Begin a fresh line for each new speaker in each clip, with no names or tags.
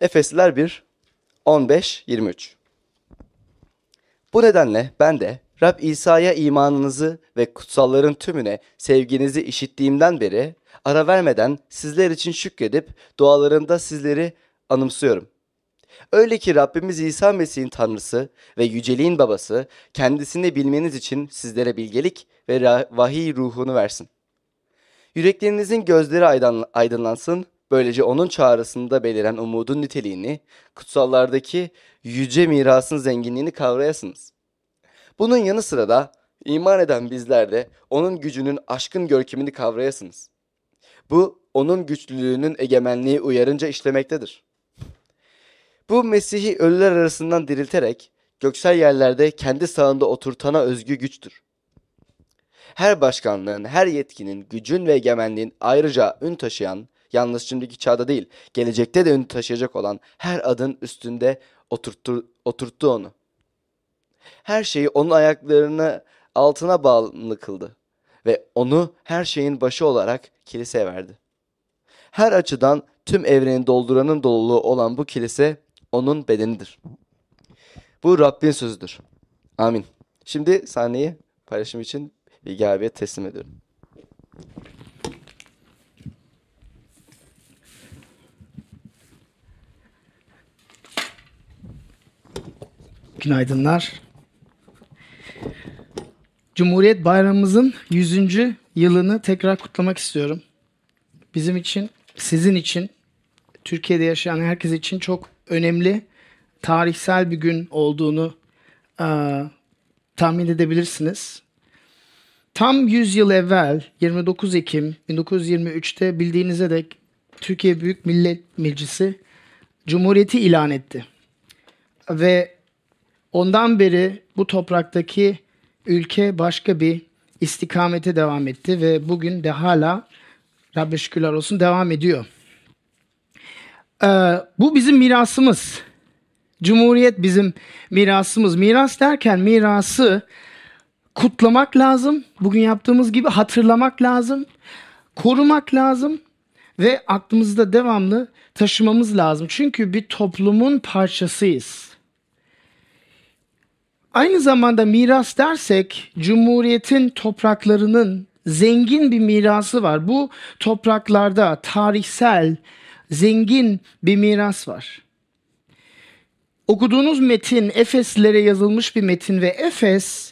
Efesliler 1, 15-23. Bu nedenle ben de Rab İsa'ya imanınızı ve kutsalların tümüne sevginizi işittiğimden beri ara vermeden sizler için şükredip dualarımda sizleri anımsıyorum. Öyle ki Rabbimiz İsa Mesih'in Tanrısı ve yüceliğin babası kendisini bilmeniz için sizlere bilgelik ve vahiy ruhunu versin. Yüreklerinizin gözleri aydınlansın, böylece onun çağrısında beliren umudun niteliğini, kutsallardaki yüce mirasın zenginliğini kavrayasınız. Bunun yanı sıra da iman eden bizler de onun gücünün aşkın görkemini kavrayasınız. Bu onun güçlülüğünün egemenliği uyarınca işlemektedir. Bu Mesih'i ölüler arasından dirilterek göksel yerlerde kendi sağında oturtana özgü güçtür. Her başkanlığın, her yetkinin, gücün ve egemenliğin ayrıca ün taşıyan, yalnız şimdiki çağda değil, gelecekte de ün taşıyacak olan her adın üstünde oturttu onu. Her şeyi onun ayaklarını altına bağımlı kıldı ve onu her şeyin başı olarak kiliseye verdi. Her açıdan tüm evreni dolduranın doluluğu olan bu kilise onun bedenidir. Bu Rabbin sözüdür. Amin. Şimdi sahneyi paylaşım için Bilge abiye teslim ediyorum.
Günaydınlar. Cumhuriyet Bayramımızın 100. yılını tekrar kutlamak istiyorum. Bizim için, sizin için, Türkiye'de yaşayan herkes için çok önemli, tarihsel bir gün olduğunu tahmin edebilirsiniz. Tam 100 yıl evvel 29 Ekim 1923'te bildiğinize dek Türkiye Büyük Millet Meclisi Cumhuriyeti ilan etti. Ve ondan beri bu topraktaki ülke başka bir istikamete devam etti ve bugün de hala Rabbe şükürler olsun devam ediyor. Bu bizim mirasımız. Cumhuriyet bizim mirasımız. Miras derken mirası kutlamak lazım. Bugün yaptığımız gibi hatırlamak lazım. Korumak lazım ve aklımızda devamlı taşımamız lazım. Çünkü bir toplumun parçasıyız. Aynı zamanda miras dersek Cumhuriyet'in topraklarının zengin bir mirası var. Bu topraklarda tarihsel, zengin bir miras var. Okuduğunuz metin Efeslilere yazılmış bir metin ve Efes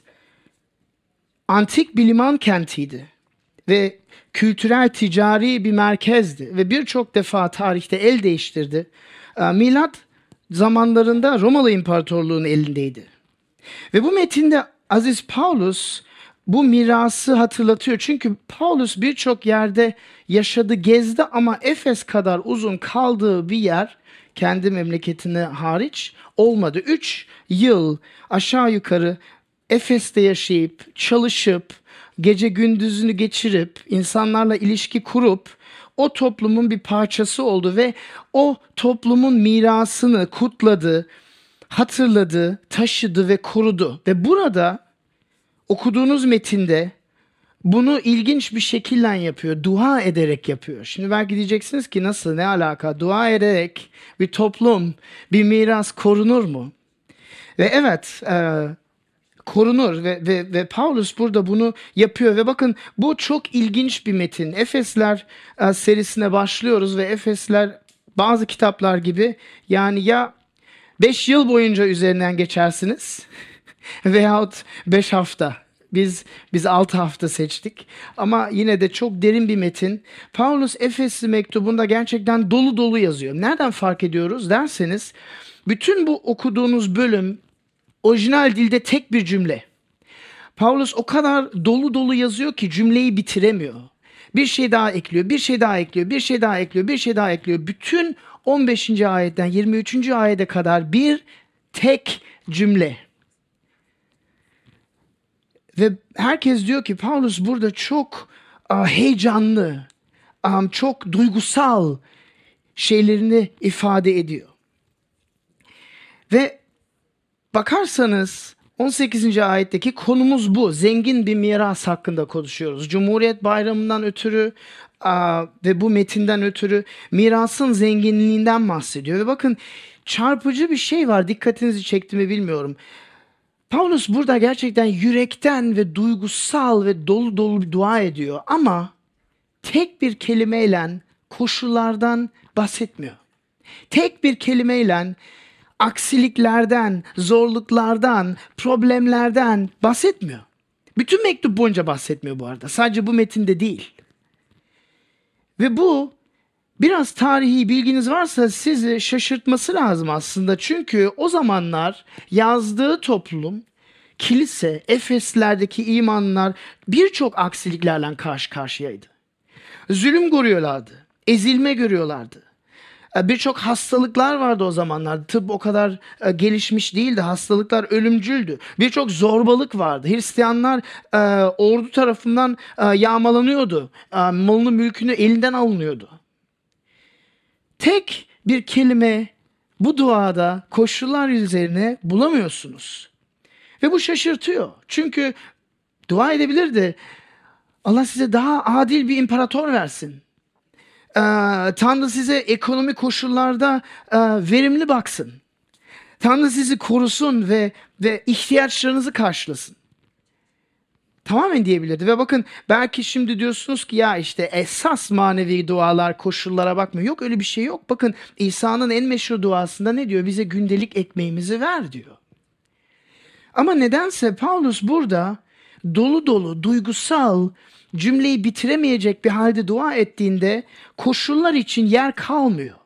antik bir liman kentiydi ve kültürel, ticari bir merkezdi ve birçok defa tarihte el değiştirdi. Milat zamanlarında Romalı İmparatorluğu'nun elindeydi. Ve bu metinde Aziz Paulus bu mirası hatırlatıyor. Çünkü Paulus birçok yerde yaşadı, gezdi ama Efes kadar uzun kaldığı bir yer kendi memleketine hariç olmadı. 3 yıl aşağı yukarı Efes'te yaşayıp, çalışıp, gece gündüzünü geçirip, insanlarla ilişki kurup o toplumun bir parçası oldu ve o toplumun mirasını kutladı, hatırladı, taşıdı ve korudu. Ve burada okuduğunuz metinde bunu ilginç bir şekilde yapıyor. Dua ederek yapıyor. Şimdi belki diyeceksiniz ki nasıl, ne alaka? Dua ederek bir toplum, bir miras korunur mu? Ve evet, korunur ve Paulus burada bunu yapıyor. Ve bakın bu çok ilginç bir metin. Efesler serisine başlıyoruz ve Efesler bazı kitaplar gibi yani ya 5 yıl boyunca üzerinden geçersiniz veyahut 5 hafta. Biz 6 hafta seçtik. Ama yine de çok derin bir metin. Paulus Efesli mektubunda gerçekten dolu dolu yazıyor. Nereden fark ediyoruz derseniz bütün bu okuduğunuz bölüm orijinal dilde tek bir cümle. Paulus o kadar dolu dolu yazıyor ki cümleyi bitiremiyor. Bir şey daha ekliyor, bir şey daha ekliyor, bir şey daha ekliyor, bir şey daha ekliyor. Bütün 15. ayetten 23. ayete kadar bir tek cümle. Ve herkes diyor ki Paulus burada çok heyecanlı, çok duygusal şeylerini ifade ediyor. Ve bakarsanız 18. ayetteki konumuz bu. Zengin bir miras hakkında konuşuyoruz. Cumhuriyet Bayramı'ndan ötürü Ve bu metinden ötürü mirasın zenginliğinden bahsediyor. Ve bakın, çarpıcı bir şey var. Dikkatinizi çekti mi bilmiyorum. Paulus burada gerçekten yürekten ve duygusal ve dolu dolu bir dua ediyor. Ama tek bir kelimeyle koşullardan bahsetmiyor. Tek bir kelimeyle aksiliklerden, zorluklardan, problemlerden bahsetmiyor. Bütün mektup boyunca bahsetmiyor bu arada. Sadece bu metinde değil. Ve bu biraz tarihi bilginiz varsa sizi şaşırtması lazım aslında. Çünkü o zamanlar yazdığı toplum, kilise, Efeslerdeki imanlar birçok aksiliklerle karşı karşıyaydı. Zulüm görüyorlardı, ezilme görüyorlardı. Birçok hastalıklar vardı o zamanlar. Tıp o kadar gelişmiş değildi. Hastalıklar ölümcüldü. Birçok zorbalık vardı. Hristiyanlar ordu tarafından yağmalanıyordu. Malını mülkünü elinden alınıyordu. Tek bir kelime bu duada koşullar üzerine bulamıyorsunuz. Ve bu şaşırtıyor. Çünkü dua edebilirdi. Allah size daha adil bir imparator versin. Tanrı size ekonomi koşullarda verimli baksın. Tanrı sizi korusun ve ihtiyaçlarınızı karşılasın. Tamamen diyebilirdi. Ve bakın, belki şimdi diyorsunuz ki ya işte esas manevi dualar koşullara bakmıyor. Yok, öyle bir şey yok. Bakın, İsa'nın en meşhur duasında ne diyor? Bize gündelik ekmeğimizi ver diyor. Ama nedense Paulus burada dolu dolu, duygusal, cümleyi bitiremeyecek bir halde dua ettiğinde koşullar için yer kalmıyor.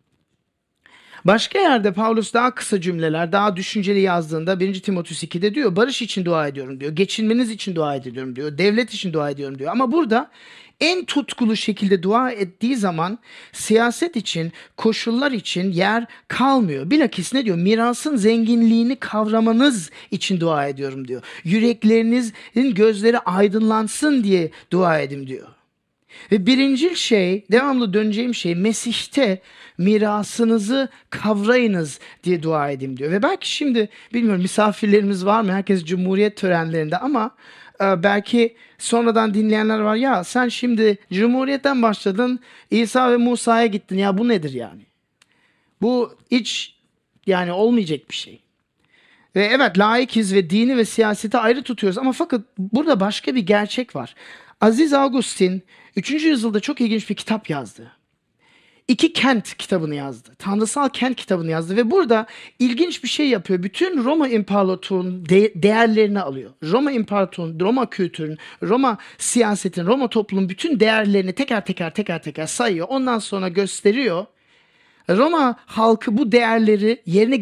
Başka yerde Paulus daha kısa cümleler, daha düşünceli yazdığında 1. Timoteus 2'de diyor, barış için dua ediyorum diyor, geçinmeniz için dua ediyorum diyor, devlet için dua ediyorum diyor. Ama burada en tutkulu şekilde dua ettiği zaman siyaset için, koşullar için yer kalmıyor. Bilakis ne diyor? Mirasın zenginliğini kavramanız için dua ediyorum diyor. Yüreklerinizin gözleri aydınlansın diye dua edin diyor. Ve birincil şey, devamlı döneceğim şey, Mesih'te mirasınızı kavrayınız diye dua edeyim diyor. Ve belki şimdi bilmiyorum misafirlerimiz var mı? Herkes Cumhuriyet törenlerinde ama belki sonradan dinleyenler var. Ya sen şimdi Cumhuriyet'ten başladın, İsa ve Musa'ya gittin. Ya bu nedir yani? Bu hiç yani olmayacak bir şey. Ve evet, laikiz ve dini ve siyaseti ayrı tutuyoruz ama fakat burada başka bir gerçek var. Aziz Augustin 3. yüzyılda çok ilginç bir kitap yazdı. İki Kent kitabını yazdı. Tanrısal Kent kitabını yazdı ve burada ilginç bir şey yapıyor. Bütün Roma İmparatorluğu'nun değerlerini alıyor. Roma İmparatorluğu'nun, Roma kültürünün, Roma siyasetin, Roma toplumunun bütün değerlerini teker teker sayıyor. Ondan sonra gösteriyor. Roma halkı bu değerleri yerine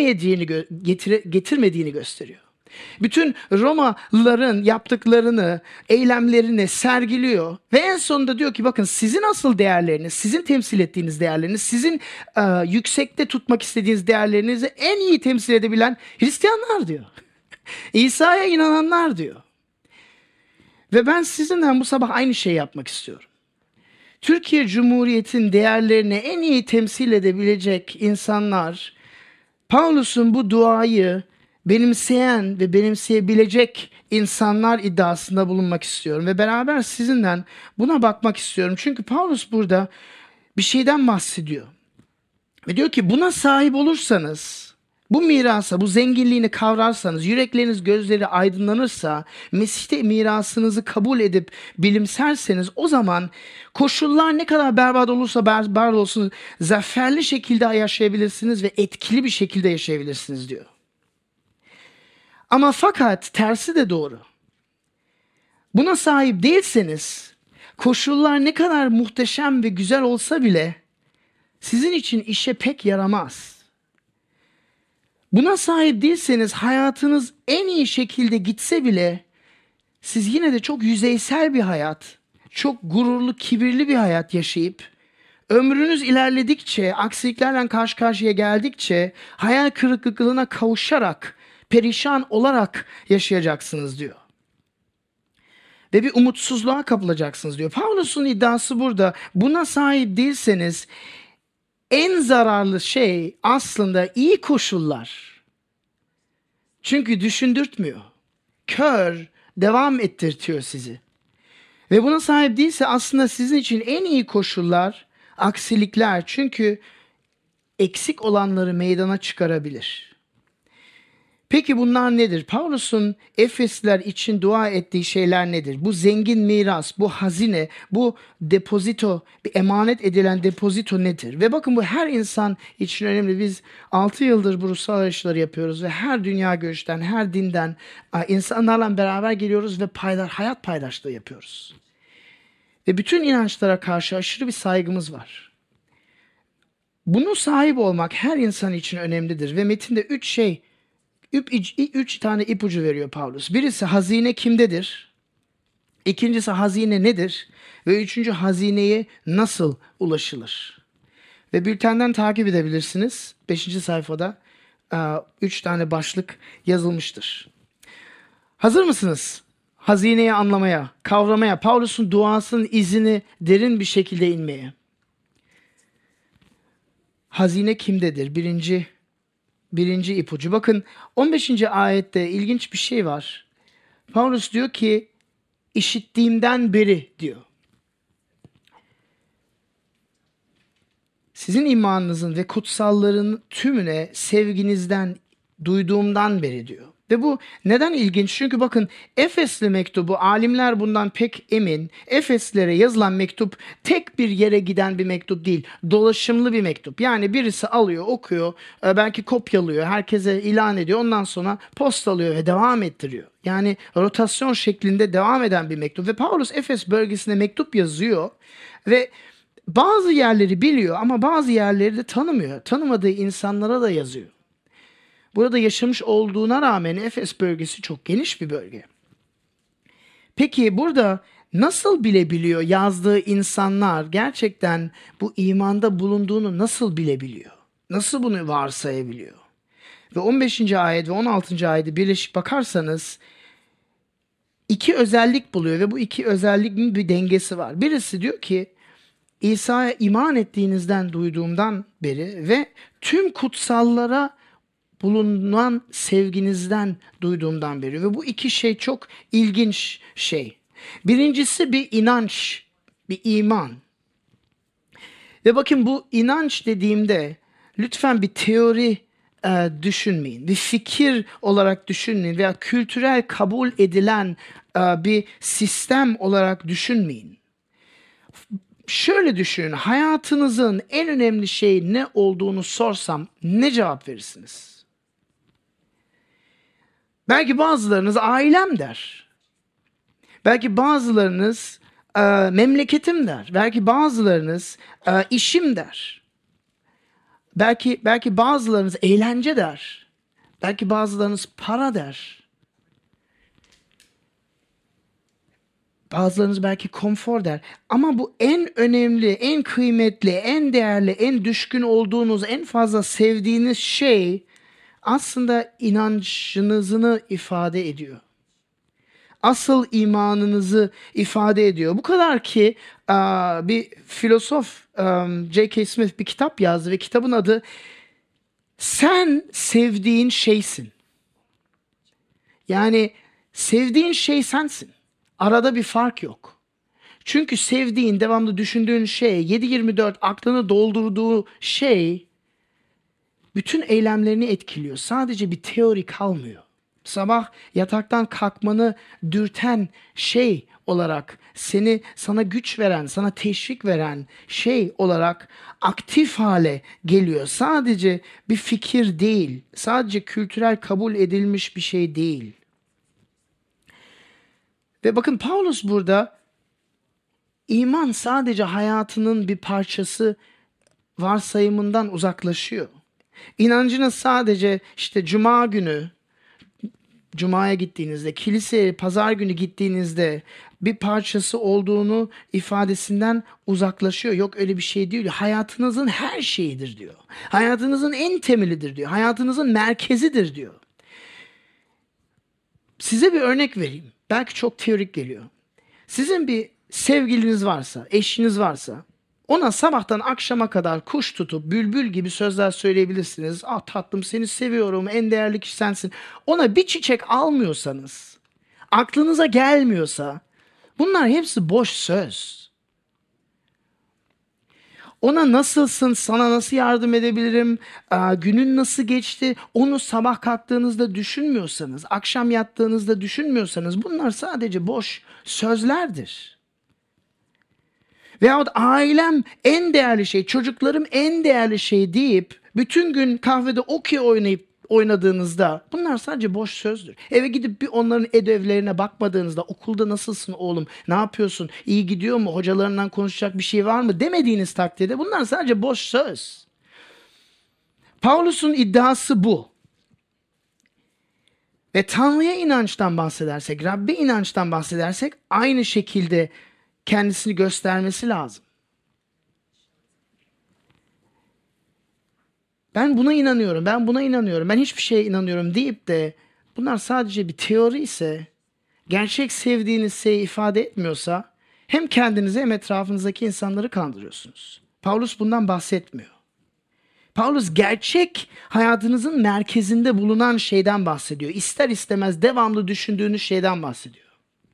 getirmediğini gösteriyor. Bütün Romalıların yaptıklarını, eylemlerini sergiliyor ve en sonunda diyor ki bakın, sizin asıl değerleriniz, sizin temsil ettiğiniz değerleriniz, sizin yüksekte tutmak istediğiniz değerlerinizi en iyi temsil edebilen Hristiyanlar diyor. İsa'ya inananlar diyor. Ve ben sizinle bu sabah aynı şeyi yapmak istiyorum. Türkiye Cumhuriyeti'nin değerlerini en iyi temsil edebilecek insanlar, Paulus'un bu duayı benimseyen ve benimseyebilecek insanlar iddiasında bulunmak istiyorum. Ve beraber sizinle buna bakmak istiyorum. Çünkü Paulus burada bir şeyden bahsediyor. Ve diyor ki buna sahip olursanız, bu mirasa, bu zenginliğini kavrarsanız, yürekleriniz, gözleri aydınlanırsa, Mesih'te mirasınızı kabul edip bilimserseniz, o zaman koşullar ne kadar berbat olursa berbat olsun, zaferli şekilde yaşayabilirsiniz ve etkili bir şekilde yaşayabilirsiniz diyor. Ama fakat tersi de doğru. Buna sahip değilseniz, koşullar ne kadar muhteşem ve güzel olsa bile sizin için işe pek yaramaz. Buna sahip değilseniz, hayatınız en iyi şekilde gitse bile siz yine de çok yüzeysel bir hayat, çok gururlu, kibirli bir hayat yaşayıp ömrünüz ilerledikçe, aksiliklerle karşı karşıya geldikçe hayal kırıklığına kavuşarak, perişan olarak yaşayacaksınız diyor. Ve bir umutsuzluğa kapılacaksınız diyor. Paulus'un iddiası burada. Buna sahip değilseniz en zararlı şey aslında iyi koşullar. Çünkü düşündürtmüyor. Kör, devam ettirtiyor sizi. Ve buna sahip değilse aslında sizin için en iyi koşullar aksilikler. Çünkü eksik olanları meydana çıkarabilir. Peki bunlar nedir? Pavlus'un Efesliler için dua ettiği şeyler nedir? Bu zengin miras, bu hazine, bu depozito, bir emanet edilen depozito nedir? Ve bakın bu her insan için önemli. Biz 6 yıldır bu ruhsal arayışları yapıyoruz ve her dünya görüşten, her dinden insanlarla beraber geliyoruz ve hayat paydaşlığı yapıyoruz. Ve bütün inançlara karşı aşırı bir saygımız var. Bunun sahip olmak her insan için önemlidir ve metinde üç tane ipucu veriyor Pavlus. Birisi hazine kimdedir? İkincisi hazine nedir? Ve üçüncü hazineye nasıl ulaşılır? Ve bültenden takip edebilirsiniz. 5. sayfada 3 tane başlık yazılmıştır. Hazır mısınız? Hazineyi anlamaya, kavramaya, Pavlus'un duasının izini derin bir şekilde inmeye. Hazine kimdedir? Birinci ipucu. Bakın 15. ayette ilginç bir şey var. Pavlus diyor ki işittiğimden beri diyor. Sizin imanınızın ve kutsalların tümüne sevginizden duyduğumdan beri diyor. Ve bu neden ilginç? Çünkü bakın Efesli mektubu, alimler bundan pek emin. Efeslilere yazılan mektup tek bir yere giden bir mektup değil. Dolaşımlı bir mektup. Yani birisi alıyor, okuyor, belki kopyalıyor, herkese ilan ediyor. Ondan sonra postalıyor ve devam ettiriyor. Yani rotasyon şeklinde devam eden bir mektup. Ve Pavlus Efes bölgesine mektup yazıyor ve bazı yerleri biliyor ama bazı yerleri de tanımıyor. Tanımadığı insanlara da yazıyor. Burada yaşamış olduğuna rağmen Efes bölgesi çok geniş bir bölge. Peki burada nasıl bilebiliyor yazdığı insanlar gerçekten bu imanda bulunduğunu nasıl bilebiliyor? Nasıl bunu varsayabiliyor? Ve 15. ayet ve 16. ayeti birleşik bakarsanız iki özellik buluyor ve bu iki özelliğin bir dengesi var. Birisi diyor ki İsa'ya iman ettiğinizden duyduğumdan beri ve tüm kutsallara bulunan sevginizden duyduğumdan beri. Ve bu iki şey çok ilginç şey. Birincisi bir inanç, bir iman. Ve bakın bu inanç dediğimde lütfen bir teori düşünmeyin. Bir fikir olarak düşünmeyin veya kültürel kabul edilen bir sistem olarak düşünmeyin. Şöyle düşünün, hayatınızın en önemli şey ne olduğunu sorsam ne cevap verirsiniz? Belki bazılarınız ailem der. Belki bazılarınız memleketim der. Belki bazılarınız işim der. Belki bazılarınız eğlence der. Belki bazılarınız para der. Bazılarınız belki konfor der. Ama bu en önemli, en kıymetli, en değerli, en düşkün olduğunuz, en fazla sevdiğiniz şey aslında inancınızı ifade ediyor. Asıl imanınızı ifade ediyor. Bu kadar ki bir filozof J.K. Smith bir kitap yazdı ve kitabın adı Sen Sevdiğin Şeysin. Yani sevdiğin şey sensin. Arada bir fark yok. Çünkü sevdiğin, devamlı düşündüğün şey, 7/24 aklını doldurduğu şey bütün eylemlerini etkiliyor. Sadece bir teori kalmıyor. Sabah yataktan kalkmanı dürten şey olarak sana güç veren, sana teşvik veren şey olarak aktif hale geliyor. Sadece bir fikir değil, sadece kültürel kabul edilmiş bir şey değil. Ve bakın Paulus burada iman sadece hayatının bir parçası varsayımından uzaklaşıyor. İnancınız sadece işte Cuma'ya gittiğinizde, kiliseye pazar günü gittiğinizde bir parçası olduğunu ifadesinden uzaklaşıyor. Yok öyle bir şey değil. Hayatınızın her şeyidir diyor. Hayatınızın en temelidir diyor. Hayatınızın merkezidir diyor. Size bir örnek vereyim. Belki çok teorik geliyor. Sizin bir sevgiliniz varsa, eşiniz varsa ona sabahtan akşama kadar kuş tutup bülbül gibi sözler söyleyebilirsiniz. Ah tatlım seni seviyorum, en değerli kişi sensin. Ona bir çiçek almıyorsanız, aklınıza gelmiyorsa Bunlar hepsi boş söz. Ona nasılsın, sana nasıl yardım edebilirim, günün nasıl geçti, onu sabah kalktığınızda düşünmüyorsanız, akşam yattığınızda düşünmüyorsanız bunlar sadece boş sözlerdir. Veyahut ailem en değerli şey, çocuklarım en değerli şey deyip bütün gün kahvede okey oynadığınızda bunlar sadece boş sözdür. Eve gidip bir onların ödevlerine bakmadığınızda okulda nasılsın oğlum, ne yapıyorsun, iyi gidiyor mu, hocalarından konuşacak bir şey var mı demediğiniz takdirde bunlar sadece boş söz. Paulus'un iddiası bu. Ve Tanrı'ya inançtan bahsedersek, Rabbe inançtan bahsedersek aynı şekilde kendisini göstermesi lazım. Ben buna inanıyorum, ben buna inanıyorum, ben hiçbir şeye inanıyorum deyip de bunlar sadece bir teori ise, gerçek sevdiğiniz şeyi ifade etmiyorsa hem kendinizi hem etrafınızdaki insanları kandırıyorsunuz. Paulus bundan bahsetmiyor. Paulus gerçek hayatınızın merkezinde bulunan şeyden bahsediyor. İster istemez devamlı düşündüğünüz şeyden bahsediyor.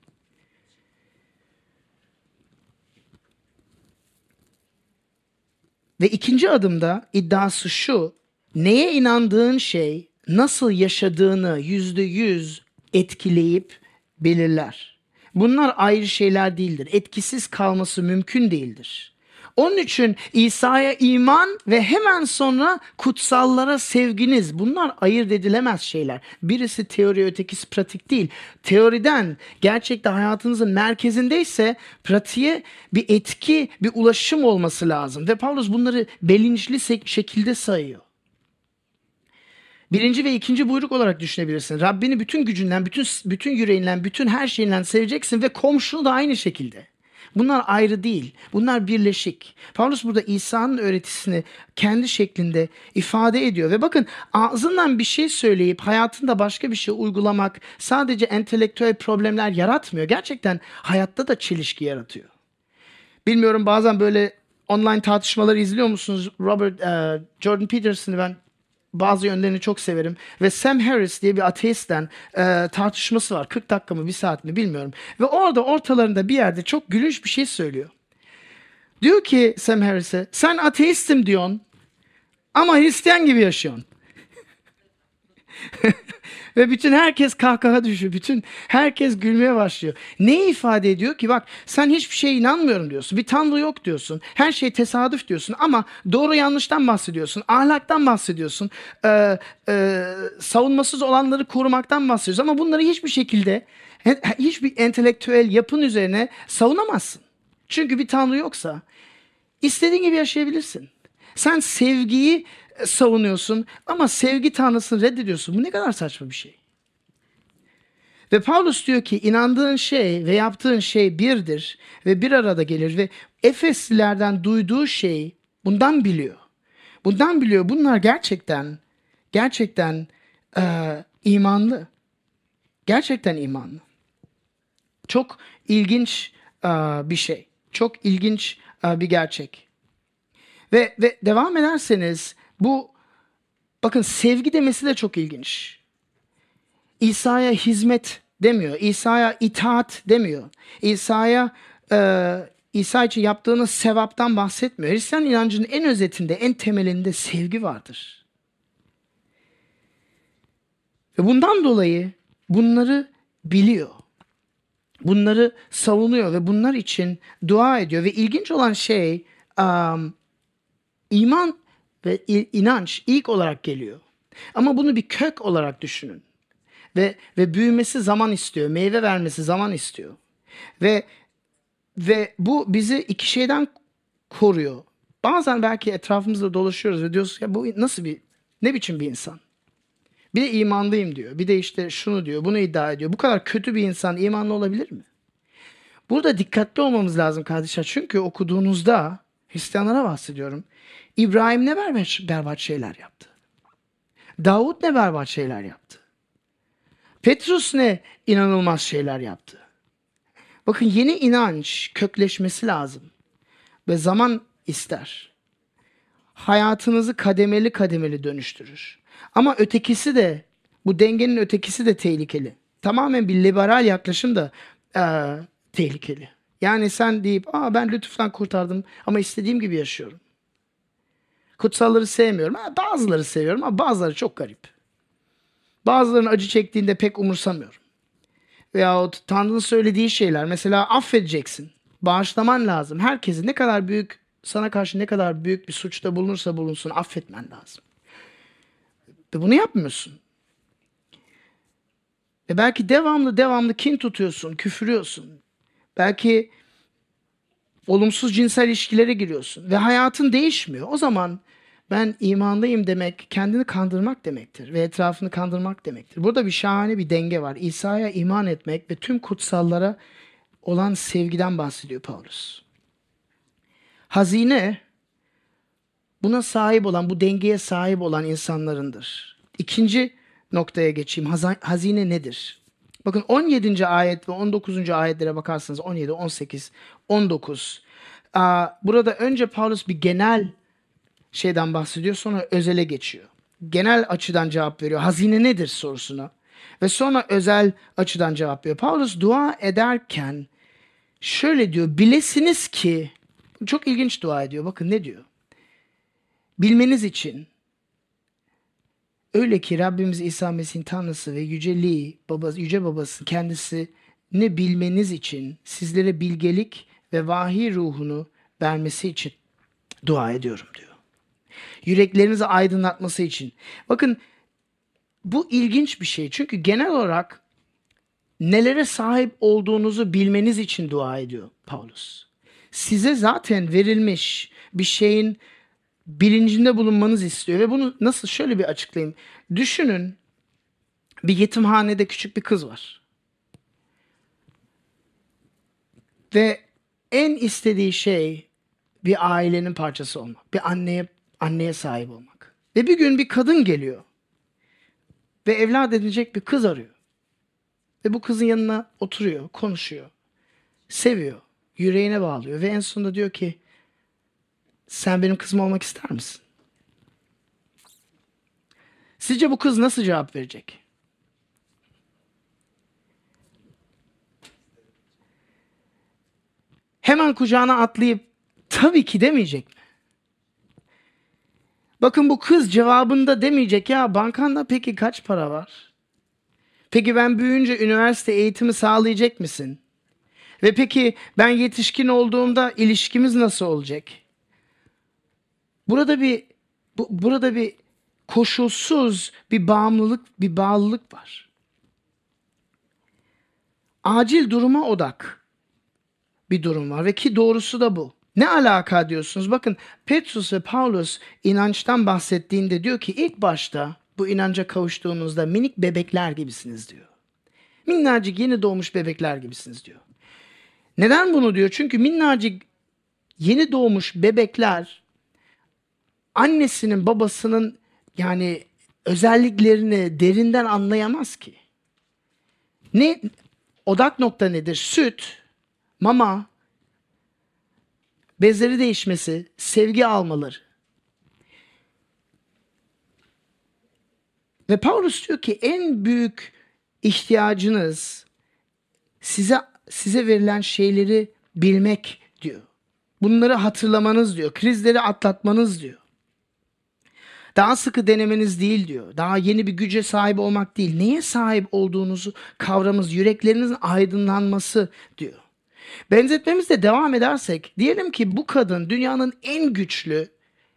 Ve ikinci adımda iddiası şu: neye inandığın şey nasıl yaşadığını %100 etkileyip belirler. Bunlar ayrı şeyler değildir. Etkisiz kalması mümkün değildir. Onun için İsa'ya iman ve hemen sonra kutsallara sevginiz, bunlar ayırt edilemez şeyler. Birisi teori, ötekisi pratik değil. Teoriden gerçekten hayatınızın merkezindeyse pratiğe bir etki, bir ulaşım olması lazım. Ve Paulus bunları bilinçli şekilde sayıyor. Birinci ve ikinci buyruk olarak düşünebilirsin. Rabbini bütün gücünden, bütün yüreğinden, bütün her şeyinden seveceksin ve komşunu da aynı şekilde. Bunlar ayrı değil. Bunlar birleşik. Paulus burada İsa'nın öğretisini kendi şeklinde ifade ediyor. Ve bakın, ağzından bir şey söyleyip hayatında başka bir şey uygulamak sadece entelektüel problemler yaratmıyor. Gerçekten hayatta da çelişki yaratıyor. Bilmiyorum, bazen böyle online tartışmaları izliyor musunuz? Jordan Peterson'ı ben bazı yönlerini çok severim. Ve Sam Harris diye bir ateistten tartışması var. 40 dakika mı, bir saat mi bilmiyorum. Ve orada ortalarında bir yerde çok gülünç bir şey söylüyor. Diyor ki Sam Harris'e, sen ateistim diyorsun ama Hristiyan gibi yaşıyorsun. Ve bütün herkes kahkaha düşüyor. Bütün herkes gülmeye başlıyor. Neyi ifade ediyor ki? Bak, sen hiçbir şeye inanmıyorum diyorsun. Bir tanrı yok diyorsun. Her şey tesadüf diyorsun. Ama doğru yanlıştan bahsediyorsun. Ahlaktan bahsediyorsun. Savunmasız olanları korumaktan bahsediyorsun. Ama bunları hiçbir şekilde, hiçbir entelektüel yapın üzerine savunamazsın. Çünkü bir tanrı yoksa istediğin gibi yaşayabilirsin. Sen sevgiyi savunuyorsun ama sevgi tanrısını reddediyorsun. Bu ne kadar saçma bir şey. Ve Paulus diyor ki inandığın şey ve yaptığın şey birdir ve bir arada gelir ve Efeslilerden duyduğu şey bundan biliyor. Bundan biliyor. Bunlar gerçekten imanlı. Gerçekten imanlı. Çok ilginç bir şey. Çok ilginç bir gerçek. Ve devam ederseniz bakın, sevgi demesi de çok ilginç. İsa'ya hizmet demiyor. İsa'ya itaat demiyor. İsa için yaptığınız sevaptan bahsetmiyor. Hristiyan inancının en özetinde, en temelinde sevgi vardır. Ve bundan dolayı bunları biliyor. Bunları savunuyor ve bunlar için dua ediyor. Ve ilginç olan şey, iman ve inanç ilk olarak geliyor. Ama bunu bir kök olarak düşünün. Ve büyümesi zaman istiyor. Meyve vermesi zaman istiyor. Ve bu bizi iki şeyden koruyor. Bazen belki etrafımızda dolaşıyoruz ve diyoruz ya, bu ne biçim bir insan? Bir de imanlıyım diyor. Bir de işte şunu diyor, bunu iddia ediyor. Bu kadar kötü bir insan imanlı olabilir mi? Burada dikkatli olmamız lazım kardeşler. Çünkü okuduğunuzda, Hristiyanlara bahsediyorum, İbrahim ne berbat şeyler yaptı. Davut ne berbat şeyler yaptı. Petrus ne inanılmaz şeyler yaptı. Bakın, yeni inanç kökleşmesi lazım. Ve zaman ister. Hayatınızı kademeli kademeli dönüştürür. Ama ötekisi de, bu dengenin ötekisi de tehlikeli. Tamamen bir liberal yaklaşım da tehlikeli. Yani sen deyip ben lütuftan kurtardım ama istediğim gibi yaşıyorum. Kutsalları sevmiyorum. Bazıları seviyorum ama bazıları çok garip. Bazılarının acı çektiğinde pek umursamıyorum. Veyahut Tanrı'nın söylediği şeyler. Mesela affedeceksin. Bağışlaman lazım. Herkesin ne kadar büyük, sana karşı ne kadar büyük bir suçta bulunursa bulunsun affetmen lazım. Ve bunu yapmıyorsun. Ve belki devamlı kin tutuyorsun, küfürüyorsun. Belki olumsuz cinsel ilişkilere giriyorsun ve hayatın değişmiyor. O zaman ben imandayım demek kendini kandırmak demektir ve etrafını kandırmak demektir. Burada şahane bir denge var. İsa'ya iman etmek ve tüm kutsallara olan sevgiden bahsediyor Paulus. Hazine buna sahip olan, bu dengeye sahip olan insanlarındır. İkinci noktaya geçeyim. Hazine nedir? Bakın 17. ayet ve 19. ayetlere bakarsanız 17, 18, 19. Burada önce Paulus bir genel şeyden bahsediyor, sonra özele geçiyor. Genel açıdan cevap veriyor. Hazine nedir sorusuna. Ve sonra özel açıdan cevap veriyor. Paulus dua ederken şöyle diyor. Bilesiniz ki, çok ilginç dua ediyor. Bakın ne diyor. Bilmeniz için öyle ki Rabbimiz İsa Mesih'in Tanrısı ve yüceliği, yüce babası kendisini bilmeniz için sizlere bilgelik ve vahiy ruhunu vermesi için dua ediyorum diyor. Yüreklerinizi aydınlatması için. Bakın bu ilginç bir şey. Çünkü genel olarak nelere sahip olduğunuzu bilmeniz için dua ediyor Paulus. Size zaten verilmiş bir şeyin bilincinde bulunmanız istiyor. Ve bunu nasıl, şöyle bir açıklayayım. Düşünün, bir yetimhanede küçük bir kız var. Ve en istediği şey bir ailenin parçası olmak. Bir anneye sahip olmak. Ve bir gün bir kadın geliyor. Ve evlat edinecek bir kız arıyor. Ve bu kızın yanına oturuyor, konuşuyor. Seviyor. Yüreğine bağlıyor. Ve en sonunda diyor ki, sen benim kızım olmak ister misin? Sizce bu kız nasıl cevap verecek? Hemen kucağına atlayıp tabii ki demeyecek mi? Bakın bu kız cevabında demeyecek, ya bankanda peki kaç para var? Peki ben büyüyünce üniversite eğitimi sağlayacak mısın? Ve peki ben yetişkin olduğumda ilişkimiz nasıl olacak? Burada bir koşulsuz bir bağlılık var. Acil duruma odak bir durum var ve ki doğrusu da bu. Ne alaka diyorsunuz? Bakın Petrus ve Paulus inançtan bahsettiğinde diyor ki ilk başta bu inanca kavuştuğunuzda minik bebekler gibisiniz diyor. Minnacık yeni doğmuş bebekler gibisiniz diyor. Neden bunu diyor? Çünkü minnacık yeni doğmuş bebekler annesinin babasının yani özelliklerini derinden anlayamaz ki. Odak nokta nedir? Süt, mama, bezleri değişmesi, sevgi almaları. Ve Paulus diyor ki en büyük ihtiyacınız size verilen şeyleri bilmek diyor. Bunları hatırlamanız diyor. Krizleri atlatmanız diyor. Daha sıkı denemeniz değil diyor. Daha yeni bir güce sahip olmak değil. Neye sahip olduğunuzu kavramınız, yüreklerinizin aydınlanması diyor. Benzetmemizde devam edersek, diyelim ki bu kadın dünyanın en güçlü,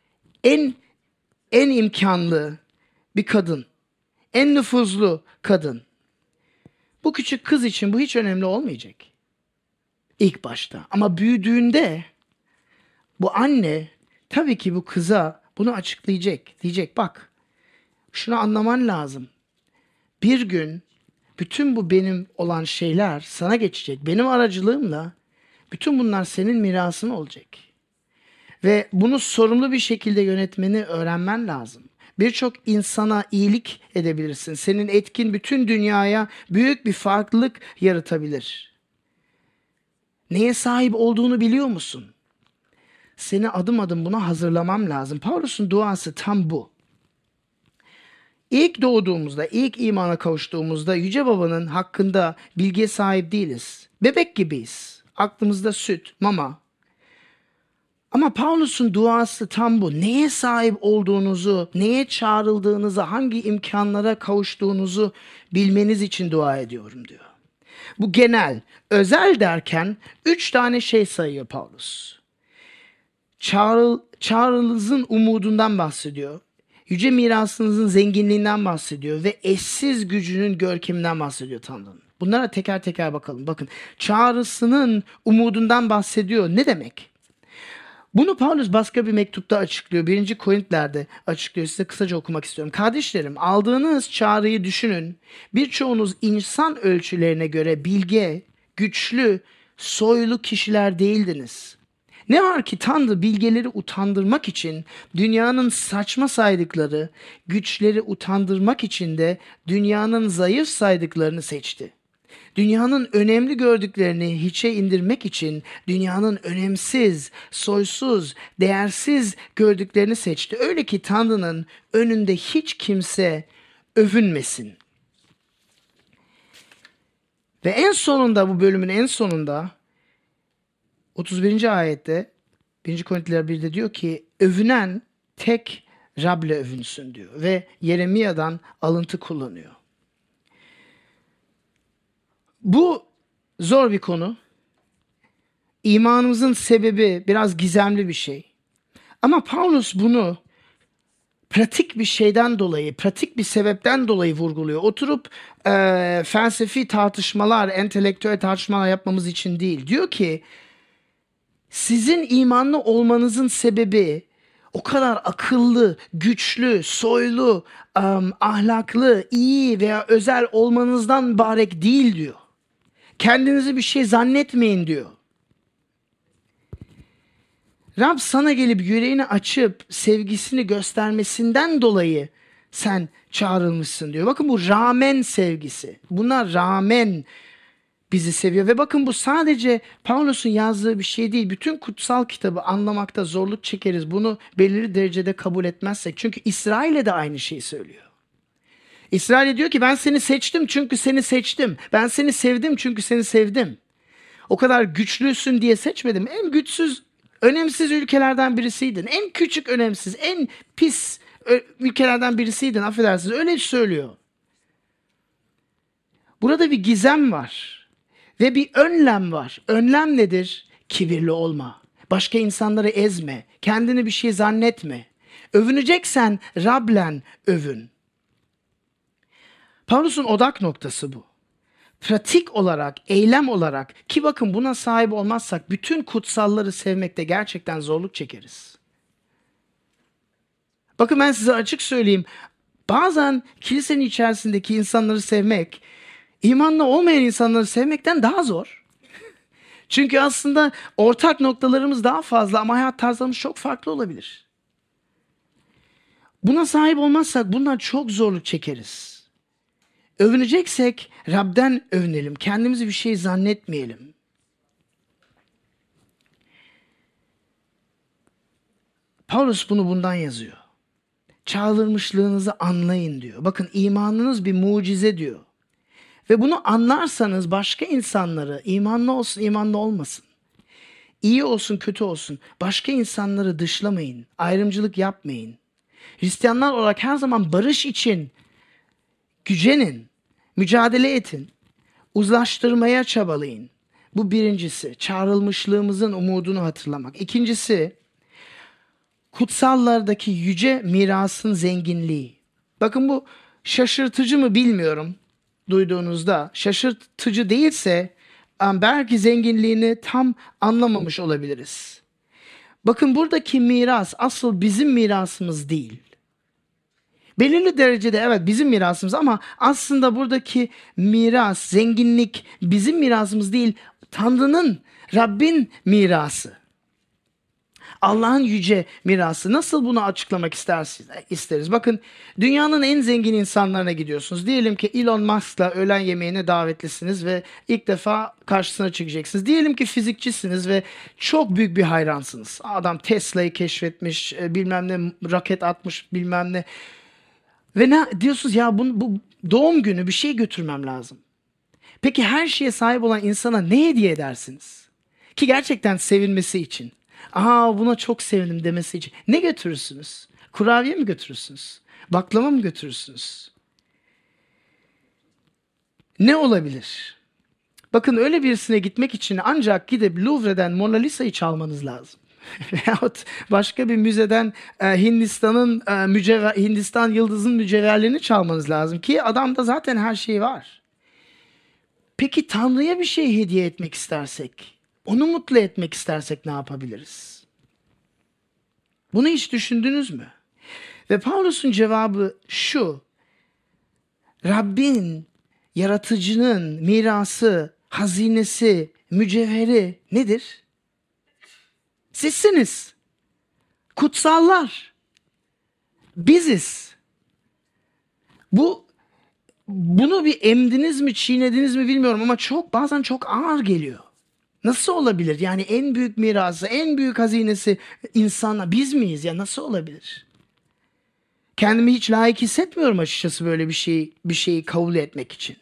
en imkanlı bir kadın. En nüfuzlu kadın. Bu küçük kız için bu hiç önemli olmayacak. İlk başta. Ama büyüdüğünde bu anne tabii ki bu kıza bunu açıklayacak. Diyecek bak şunu anlaman lazım. Bir gün bütün bu benim olan şeyler sana geçecek. Benim aracılığımla bütün bunlar senin mirasın olacak. Ve bunu sorumlu bir şekilde yönetmeni öğrenmen lazım. Birçok insana iyilik edebilirsin. Senin etkin bütün dünyaya büyük bir farklılık yaratabilir. Neye sahip olduğunu biliyor musun? Seni adım adım buna hazırlamam lazım. Paulus'un duası tam bu. İlk doğduğumuzda, ilk imana kavuştuğumuzda Yüce Baba'nın hakkında bilgiye sahip değiliz. Bebek gibiyiz. Aklımızda süt, mama. Ama Paulus'un duası tam bu. Neye sahip olduğunuzu, neye çağrıldığınızı, hangi imkanlara kavuştuğunuzu bilmeniz için dua ediyorum diyor. Bu genel, özel derken 3 tane şey sayıyor Paulus. Çağrınızın umudundan bahsediyor. Yüce mirasınızın zenginliğinden bahsediyor ve eşsiz gücünün görkeminden bahsediyor Tanrı'nın. Bunlara teker teker bakalım. Bakın, çağrısının umudundan bahsediyor. Ne demek? Bunu Paulus başka bir mektupta açıklıyor. 1. Korintler'de açıklıyor. Size kısaca okumak istiyorum. Kardeşlerim, aldığınız çağrıyı düşünün. Birçoğunuz insan ölçülerine göre bilge, güçlü, soylu kişiler değildiniz. Ne var ki Tanrı bilgeleri utandırmak için dünyanın saçma saydıkları, güçleri utandırmak için de dünyanın zayıf saydıklarını seçti. Dünyanın önemli gördüklerini hiçe indirmek için dünyanın önemsiz, soysuz, değersiz gördüklerini seçti. Öyle ki Tanrı'nın önünde hiç kimse övünmesin. Ve en sonunda, bu bölümün en sonunda 31. ayette 1. Korintiler 1'de diyor ki övünen tek Rab'le övünsün diyor. Ve Yeremiya'dan alıntı kullanıyor. Bu zor bir konu. İmanımızın sebebi biraz gizemli bir şey. Ama Paulus bunu pratik bir şeyden dolayı, pratik bir sebepten dolayı vurguluyor. Oturup felsefi tartışmalar, entelektüel tartışmalar yapmamız için değil. Diyor ki sizin imanlı olmanızın sebebi o kadar akıllı, güçlü, soylu, ahlaklı, iyi veya özel olmanızdan mübarek değil diyor. Kendinizi bir şey zannetmeyin diyor. Rab sana gelip yüreğini açıp sevgisini göstermesinden dolayı sen çağrılmışsın diyor. Bakın bu rağmen sevgisi. Buna rağmen bizi seviyor. Ve bakın bu sadece Paulus'un yazdığı bir şey değil. Bütün kutsal kitabı anlamakta zorluk çekeriz. Bunu belirli derecede kabul etmezsek. Çünkü İsrail'e de aynı şeyi söylüyor. İsrail diyor ki ben seni seçtim çünkü seni seçtim. Ben seni sevdim çünkü seni sevdim. O kadar güçlüsün diye seçmedim. En güçsüz, önemsiz ülkelerden birisiydin. En küçük, önemsiz, en pis ülkelerden birisiydin. Affedersiniz. Öyle söylüyor. Burada bir gizem var. Ve bir önlem var. Önlem nedir? Kibirli olma. Başka insanları ezme. Kendini bir şey zannetme. Övüneceksen Rab'len övün. Paulus'un odak noktası bu. Pratik olarak, eylem olarak ki bakın buna sahip olmazsak bütün kutsalları sevmekte gerçekten zorluk çekeriz. Bakın ben size açık söyleyeyim. Bazen kilisenin içerisindeki insanları sevmek, imanlı olmayan insanları sevmekten daha zor. Çünkü aslında ortak noktalarımız daha fazla ama hayat tarzlarımız çok farklı olabilir. Buna sahip olmazsak bundan çok zorluk çekeriz. Övüneceksek Rab'den övünelim. Kendimizi bir şey zannetmeyelim. Paulus bunu bundan yazıyor. Çağrılmışlığınızı anlayın diyor. Bakın imanınız bir mucize diyor. Ve bunu anlarsanız başka insanları imanlı olsun imanlı olmasın, İyi olsun kötü olsun başka insanları dışlamayın. Ayrımcılık yapmayın. Hristiyanlar olarak her zaman barış için gücenin. Mücadele edin. Uzlaştırmaya çabalayın. Bu birincisi. Çağrılmışlığımızın umudunu hatırlamak. İkincisi, kutsallardaki yüce mirasın zenginliği. Bakın bu şaşırtıcı mı bilmiyorum duyduğunuzda. Şaşırtıcı değilse belki zenginliğini tam anlamamış olabiliriz. Bakın buradaki miras asıl bizim mirasımız değil. Belirli derecede evet bizim mirasımız ama aslında buradaki miras, zenginlik bizim mirasımız değil, Tanrı'nın, Rabbin mirası. Allah'ın yüce mirası. Nasıl bunu açıklamak isteriz? Bakın dünyanın en zengin insanlarına gidiyorsunuz. Diyelim ki Elon Musk'la öğlen yemeğine davetlisiniz ve ilk defa karşısına çıkacaksınız. Diyelim ki fizikçisiniz ve çok büyük bir hayransınız. Adam Tesla'yı keşfetmiş, bilmem ne raket atmış, bilmem ne. Ve ne diyorsunuz ya, bu doğum günü bir şey götürmem lazım. Peki her şeye sahip olan insana ne hediye edersiniz? Ki gerçekten sevinmesi için. Aa, buna çok sevindim demesi için. Ne götürürsünüz? Kurabiye mi götürürsünüz? Baklava mı götürürsünüz? Ne olabilir? Bakın, öyle birisine gitmek için ancak gidip Louvre'den Mona Lisa'yı çalmanız lazım. Veyahut başka bir müzeden Hindistan yıldızın mücevherlerini çalmanız lazım ki adamda zaten her şey var. Peki Tanrı'ya bir şey hediye etmek istersek, onu mutlu etmek istersek ne yapabiliriz? Bunu hiç düşündünüz mü? Ve Pavlus'un cevabı şu: Rabbin, yaratıcının mirası, hazinesi, mücevheri nedir? Sizsiniz. Kutsallar. Biziz. Bunu bir emdiniz mi, çiğnediniz mi bilmiyorum ama bazen çok ağır geliyor. Nasıl olabilir? Yani en büyük mirası, en büyük hazinesi insanlar biz miyiz ya? Nasıl olabilir? Kendimi hiç layık hissetmiyorum açıkçası böyle bir şeyi kabul etmek için.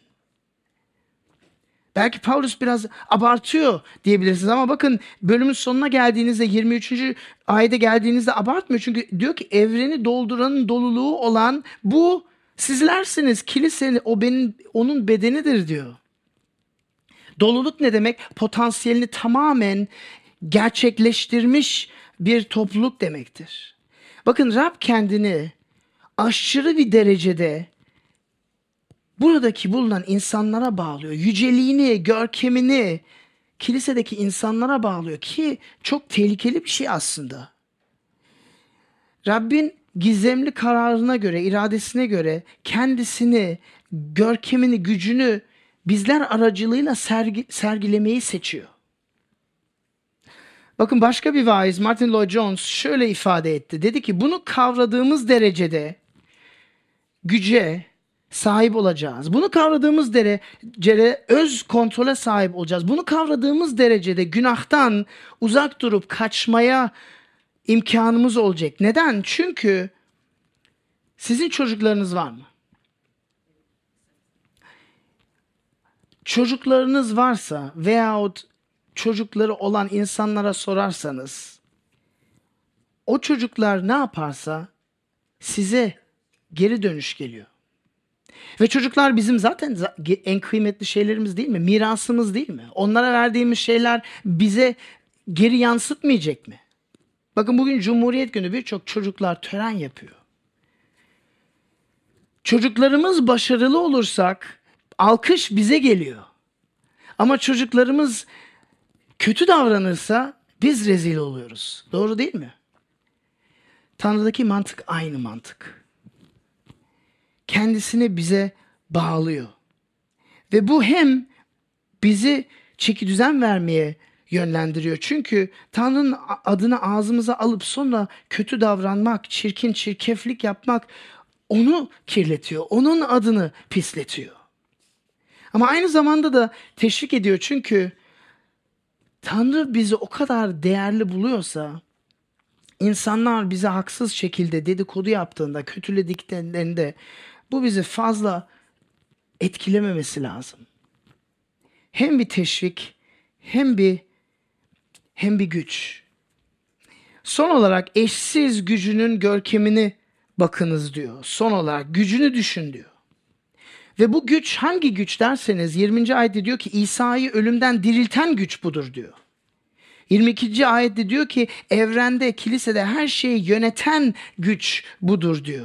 Belki Paulus biraz abartıyor diyebilirsiniz ama bakın, bölümün sonuna geldiğinizde 23. ayete geldiğinizde abartmıyor. Çünkü diyor ki evreni dolduranın doluluğu olan bu sizlersiniz. Kilise onun bedenidir diyor. Doluluk ne demek? Potansiyelini tamamen gerçekleştirmiş bir topluluk demektir. Bakın, Rab kendini aşırı bir derecede buradaki bulunan insanlara bağlıyor. Yüceliğini, görkemini kilisedeki insanlara bağlıyor ki çok tehlikeli bir şey aslında. Rabbin gizemli kararına göre, iradesine göre kendisini, görkemini, gücünü bizler aracılığıyla sergilemeyi seçiyor. Bakın, başka bir vaiz Martin Lloyd-Jones şöyle ifade etti. Dedi ki bunu kavradığımız derecede güce sahip olacağız. Bunu kavradığımız derecede öz kontrole sahip olacağız. Bunu kavradığımız derecede günahtan uzak durup kaçmaya imkanımız olacak. Neden? Çünkü sizin çocuklarınız var mı? Çocuklarınız varsa veyahut çocukları olan insanlara sorarsanız, o çocuklar ne yaparsa size geri dönüş geliyor. Ve çocuklar bizim zaten en kıymetli şeylerimiz değil mi? Mirasımız değil mi? Onlara verdiğimiz şeyler bize geri yansıtmayacak mı? Bakın, bugün Cumhuriyet Günü, birçok çocuklar tören yapıyor. Çocuklarımız başarılı olursak alkış bize geliyor. Ama çocuklarımız kötü davranırsa biz rezil oluyoruz. Doğru değil mi? Tanrı'daki mantık aynı mantık. Kendisini bize bağlıyor. Ve bu hem bizi çekidüzen vermeye yönlendiriyor. Çünkü Tanrı'nın adını ağzımıza alıp sonra kötü davranmak, çirkin çirkeflik yapmak onu kirletiyor. Onun adını pisletiyor. Ama aynı zamanda da teşvik ediyor. Çünkü Tanrı bizi o kadar değerli buluyorsa, insanlar bize haksız şekilde dedikodu yaptığında, kötülediklerinde bu bizi fazla etkilememesi lazım. Hem bir teşvik hem bir güç. Son olarak eşsiz gücünün görkemini bakınız diyor. Son olarak gücünü düşün diyor. Ve bu güç hangi güç derseniz 20. ayette diyor ki İsa'yı ölümden dirilten güç budur diyor. 22. ayette diyor ki evrende, kilisede her şeyi yöneten güç budur diyor.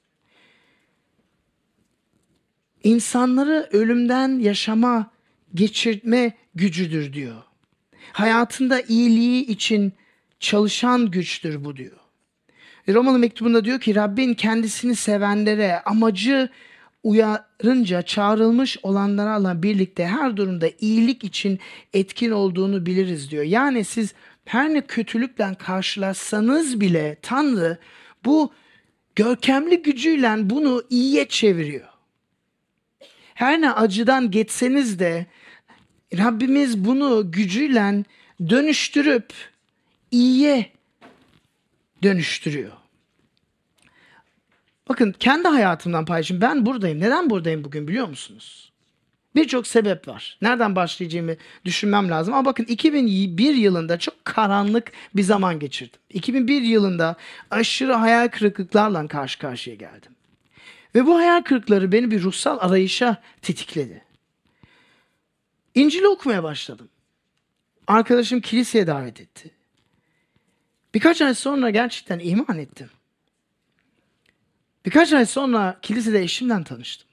İnsanları ölümden yaşama geçirme gücüdür diyor. Hayatında iyiliği için çalışan güçtür bu diyor. Romalı mektubunda diyor ki Rabbin kendisini sevenlere amacı uyarınca çağrılmış olanlarla birlikte her durumda iyilik için etkin olduğunu biliriz diyor. Yani siz her ne kötülükle karşılaşsanız bile Tanrı bu görkemli gücüyle bunu iyiye çeviriyor. Her ne acıdan geçseniz de Rabbimiz bunu gücüyle dönüştürüp iyiye dönüştürüyor. Bakın kendi hayatımdan paylaşayım. Ben buradayım. Neden buradayım bugün biliyor musunuz? Birçok sebep var. Nereden başlayacağımı düşünmem lazım. Ama bakın 2001 yılında çok karanlık bir zaman geçirdim. 2001 yılında aşırı hayal kırıklıklarla karşı karşıya geldim. Ve bu hayal kırıkları beni bir ruhsal arayışa tetikledi. İncil'i okumaya başladım. Arkadaşım kiliseye davet etti. Birkaç ay sonra gerçekten iman ettim. Birkaç ay sonra kilisede eşimle tanıştım.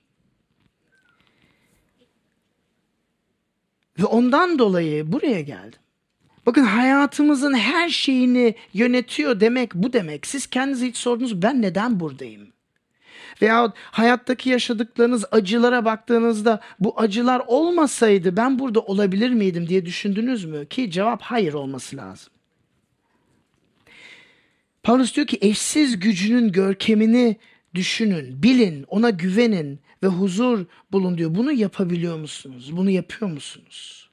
Ve ondan dolayı buraya geldim. Bakın hayatımızın her şeyini yönetiyor demek bu demek. Siz kendinize hiç sordunuz ben neden buradayım? Veya hayattaki yaşadıklarınız acılara baktığınızda bu acılar olmasaydı ben burada olabilir miydim diye düşündünüz mü? Ki cevap hayır olması lazım. Paulus diyor ki eşsiz gücünün görkemini düşünün, bilin, ona güvenin ve huzur bulun diyor. Bunu yapabiliyor musunuz? Bunu yapıyor musunuz?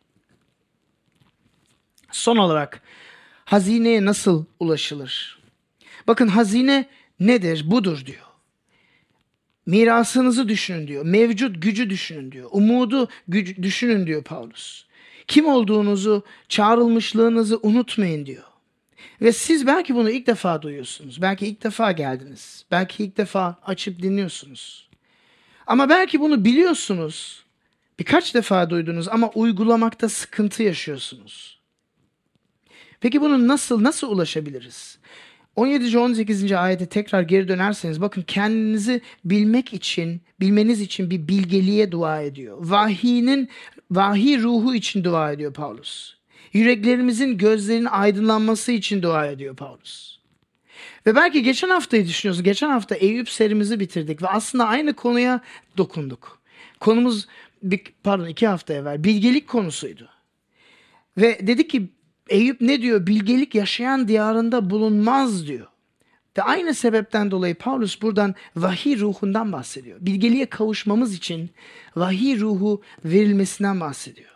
Son olarak hazineye nasıl ulaşılır? Bakın hazine nedir? Budur diyor. Mirasınızı düşünün diyor. Mevcut gücü düşünün diyor. Umudu düşünün diyor Paulus. Kim olduğunuzu, çağrılmışlığınızı unutmayın diyor. Ve siz belki bunu ilk defa duyuyorsunuz. Belki ilk defa geldiniz. Belki ilk defa açıp dinliyorsunuz. Ama belki bunu biliyorsunuz. Birkaç defa duydunuz ama uygulamakta sıkıntı yaşıyorsunuz. Peki bunu nasıl ulaşabiliriz? 17. 18. ayete tekrar geri dönerseniz bakın kendinizi bilmeniz için bir bilgeliğe dua ediyor. Vahiy ruhu için dua ediyor Paulus. Yüreklerimizin gözlerinin aydınlanması için dua ediyor Paulus. Ve belki geçen haftayı düşünüyorsunuz. Geçen hafta Eyüp serimizi bitirdik ve aslında aynı konuya dokunduk. Konumuz 2 hafta evvel bilgelik konusuydu. Ve dedik ki Eyüp ne diyor? Bilgelik yaşayan diyarında bulunmaz diyor. Ve aynı sebepten dolayı Paulus buradan vahiy ruhundan bahsediyor. Bilgeliğe kavuşmamız için vahiy ruhu verilmesinden bahsediyor.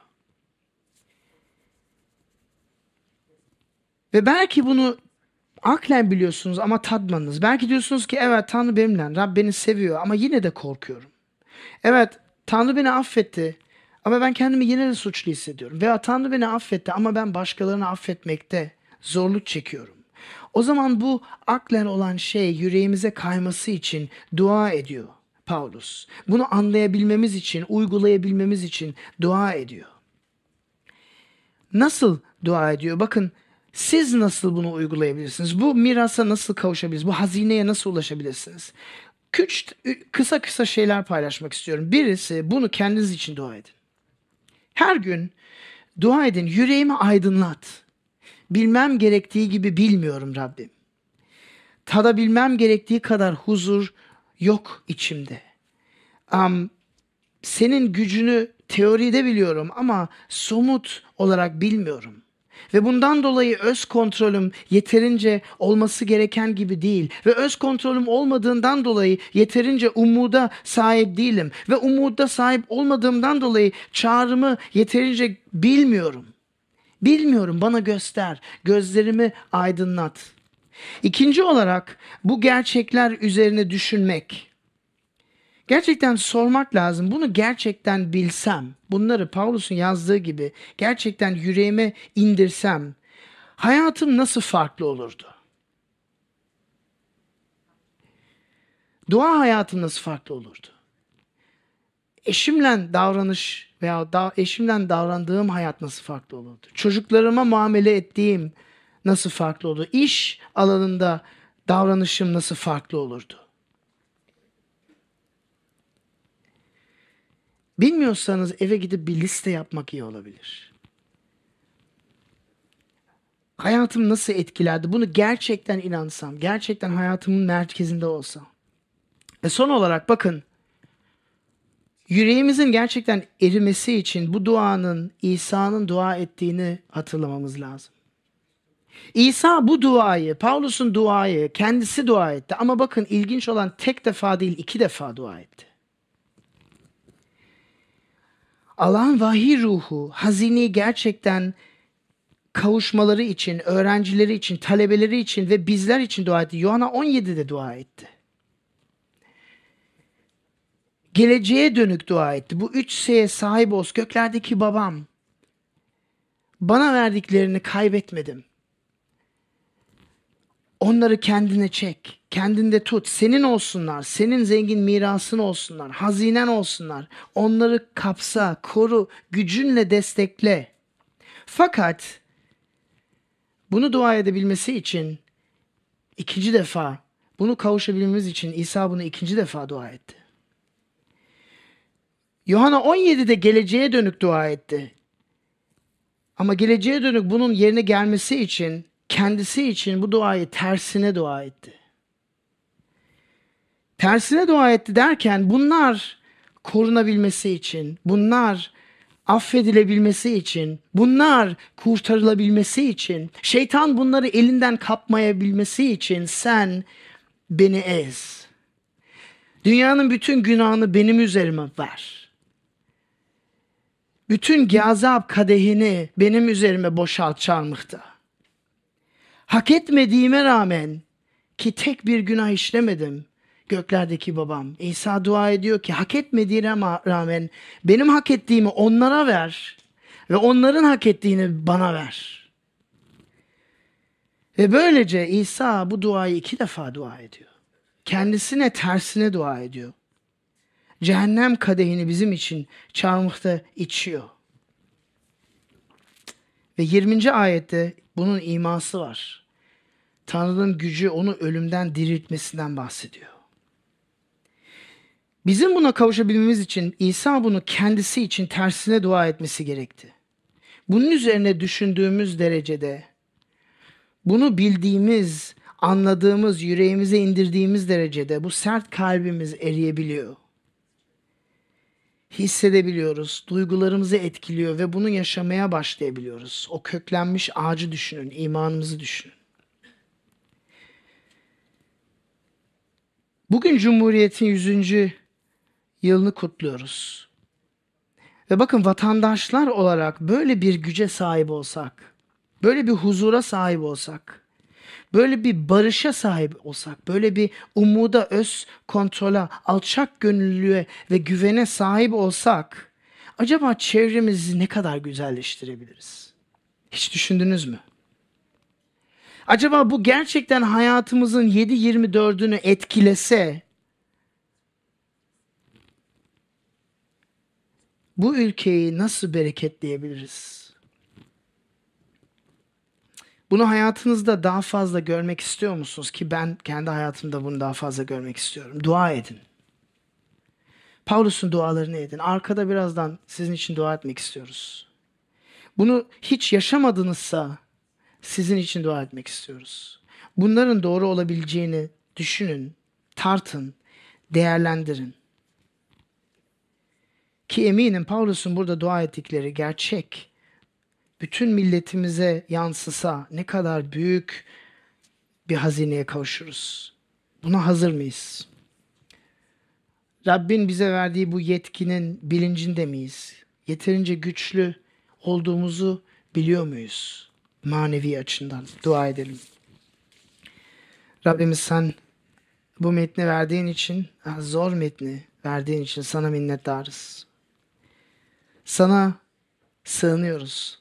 Ve belki bunu aklen biliyorsunuz ama tadmadınız. Belki diyorsunuz ki evet Tanrı benimle, Rab beni seviyor ama yine de korkuyorum. Evet Tanrı beni affetti ama ben kendimi yine de suçlu hissediyorum. Veya Tanrı beni affetti ama ben başkalarını affetmekte zorluk çekiyorum. O zaman bu aklen olan şey yüreğimize kayması için dua ediyor Paulus. Bunu anlayabilmemiz için, uygulayabilmemiz için dua ediyor. Nasıl dua ediyor? Bakın siz nasıl bunu uygulayabilirsiniz? Bu mirasa nasıl kavuşabilirsiniz? Bu hazineye nasıl ulaşabilirsiniz? Kısa şeyler paylaşmak istiyorum. Birisi bunu kendiniz için dua edin. Her gün dua edin. Yüreğimi aydınlat. Bilmem gerektiği gibi bilmiyorum Rabbim. Tadabilmem gerektiği kadar huzur yok içimde. Senin gücünü teoride biliyorum ama somut olarak bilmiyorum. Ve bundan dolayı öz kontrolüm yeterince olması gereken gibi değil. Ve öz kontrolüm olmadığından dolayı yeterince umuda sahip değilim. Ve umuda sahip olmadığımdan dolayı çağrımı yeterince bilmiyorum. Bilmiyorum, bana göster, gözlerimi aydınlat. İkinci olarak bu gerçekler üzerine düşünmek. Gerçekten sormak lazım. Bunu gerçekten bilsem, bunları Paulus'un yazdığı gibi gerçekten yüreğime indirsem, hayatım nasıl farklı olurdu? Dua hayatım nasıl farklı olurdu? Eşimle davranış veya eşimle davrandığım hayat nasıl farklı olurdu? Çocuklarıma muamele ettiğim nasıl farklı olurdu? İş alanında davranışım nasıl farklı olurdu? Bilmiyorsanız eve gidip bir liste yapmak iyi olabilir. Hayatım nasıl etkilerdi? Bunu gerçekten inansam, gerçekten hayatımın merkezinde olsam. Ve son olarak bakın, yüreğimizin gerçekten erimesi için bu duanın İsa'nın dua ettiğini hatırlamamız lazım. İsa bu duayı, Paulus'un duayı kendisi dua etti. Ama bakın ilginç olan tek defa değil 2 defa dua etti. Allah'ın vahiy ruhu hazineyi gerçekten kavuşmaları için, öğrencileri için, talebeleri için ve bizler için dua etti. Yuhanna 17'de dua etti. Geleceğe dönük dua etti. Bu 3S'ye sahip olsun. Göklerdeki babam, bana verdiklerini kaybetmedim. Onları kendine çek. Kendinde tut. Senin olsunlar. Senin zengin mirasın olsunlar. Hazinen olsunlar. Onları kapsa, koru, gücünle destekle. Fakat bunu dua edebilmesi için ikinci defa, bunu kavuşabilmemiz için İsa bunu ikinci defa dua etti. Yuhanna 17'de geleceğe dönük dua etti. Ama geleceğe dönük bunun yerine gelmesi için, kendisi için bu duayı tersine dua etti. Tersine dua etti derken bunlar korunabilmesi için, bunlar affedilebilmesi için, bunlar kurtarılabilmesi için, şeytan bunları elinden kapmayabilmesi için sen beni ez. Dünyanın bütün günahını benim üzerime ver. Bütün gazap kadehini benim üzerime boşalt çarmıhta. Hak etmediğime rağmen ki tek bir günah işlemedim. Göklerdeki babam. İsa dua ediyor ki hak etmediğine rağmen benim hak ettiğimi onlara ver ve onların hak ettiğini bana ver. Ve böylece İsa bu duayı 2 defa dua ediyor. Kendisine tersine dua ediyor. Cehennem kadehini bizim için çarmıhta içiyor. Ve 20. ayette bunun iması var. Tanrı'nın gücü onu ölümden diriltmesinden bahsediyor. Bizim buna kavuşabilmemiz için İsa bunu kendisi için tersine dua etmesi gerekti. Bunun üzerine düşündüğümüz derecede, bunu bildiğimiz, anladığımız, yüreğimize indirdiğimiz derecede bu sert kalbimiz eriyebiliyor. Hissedebiliyoruz, duygularımızı etkiliyor ve bunu yaşamaya başlayabiliyoruz. O köklenmiş ağacı düşünün, imanımızı düşünün. Bugün Cumhuriyet'in 100. yılını kutluyoruz. Ve bakın vatandaşlar olarak böyle bir güce sahip olsak, böyle bir huzura sahip olsak, böyle bir barışa sahip olsak, böyle bir umuda, öz kontrola, alçak gönüllülüğe ve güvene sahip olsak, acaba çevremizi ne kadar güzelleştirebiliriz? Hiç düşündünüz mü? Acaba bu gerçekten hayatımızın 7/24'ünü etkilese, bu ülkeyi nasıl bereketleyebiliriz? Bunu hayatınızda daha fazla görmek istiyor musunuz? Ki ben kendi hayatımda bunu daha fazla görmek istiyorum. Dua edin. Pavlus'un dualarını edin. Arkada birazdan sizin için dua etmek istiyoruz. Bunu hiç yaşamadınızsa sizin için dua etmek istiyoruz. Bunların doğru olabileceğini düşünün, tartın, değerlendirin. Ki eminim Pavlus'un burada dua ettikleri gerçek, bütün milletimize yansısa ne kadar büyük bir hazineye kavuşuruz. Buna hazır mıyız? Rabbin bize verdiği bu yetkinin bilincinde miyiz? Yeterince güçlü olduğumuzu biliyor muyuz? Manevi açıdan dua edelim. Rabbimiz sen bu metni verdiğin için, zor metni verdiğin için sana minnettarız. Sana sığınıyoruz.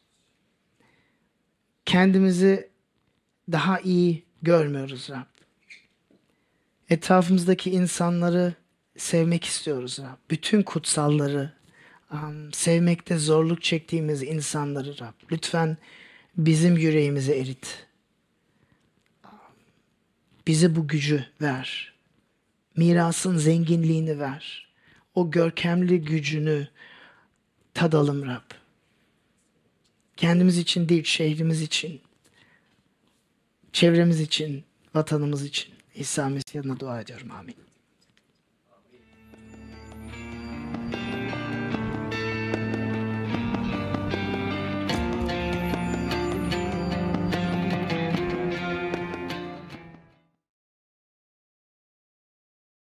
Kendimizi daha iyi görmüyoruz Rab. Etrafımızdaki insanları sevmek istiyoruz Rab. Bütün kutsalları, sevmekte zorluk çektiğimiz insanları Rab. Lütfen bizim yüreğimizi erit. Bize bu gücü ver. Mirasın zenginliğini ver. O görkemli gücünü tadalım Rab. Kendimiz için değil, şehrimiz için, çevremiz için, vatanımız için. İsa Mesih'e adına dua ediyorum. Amin.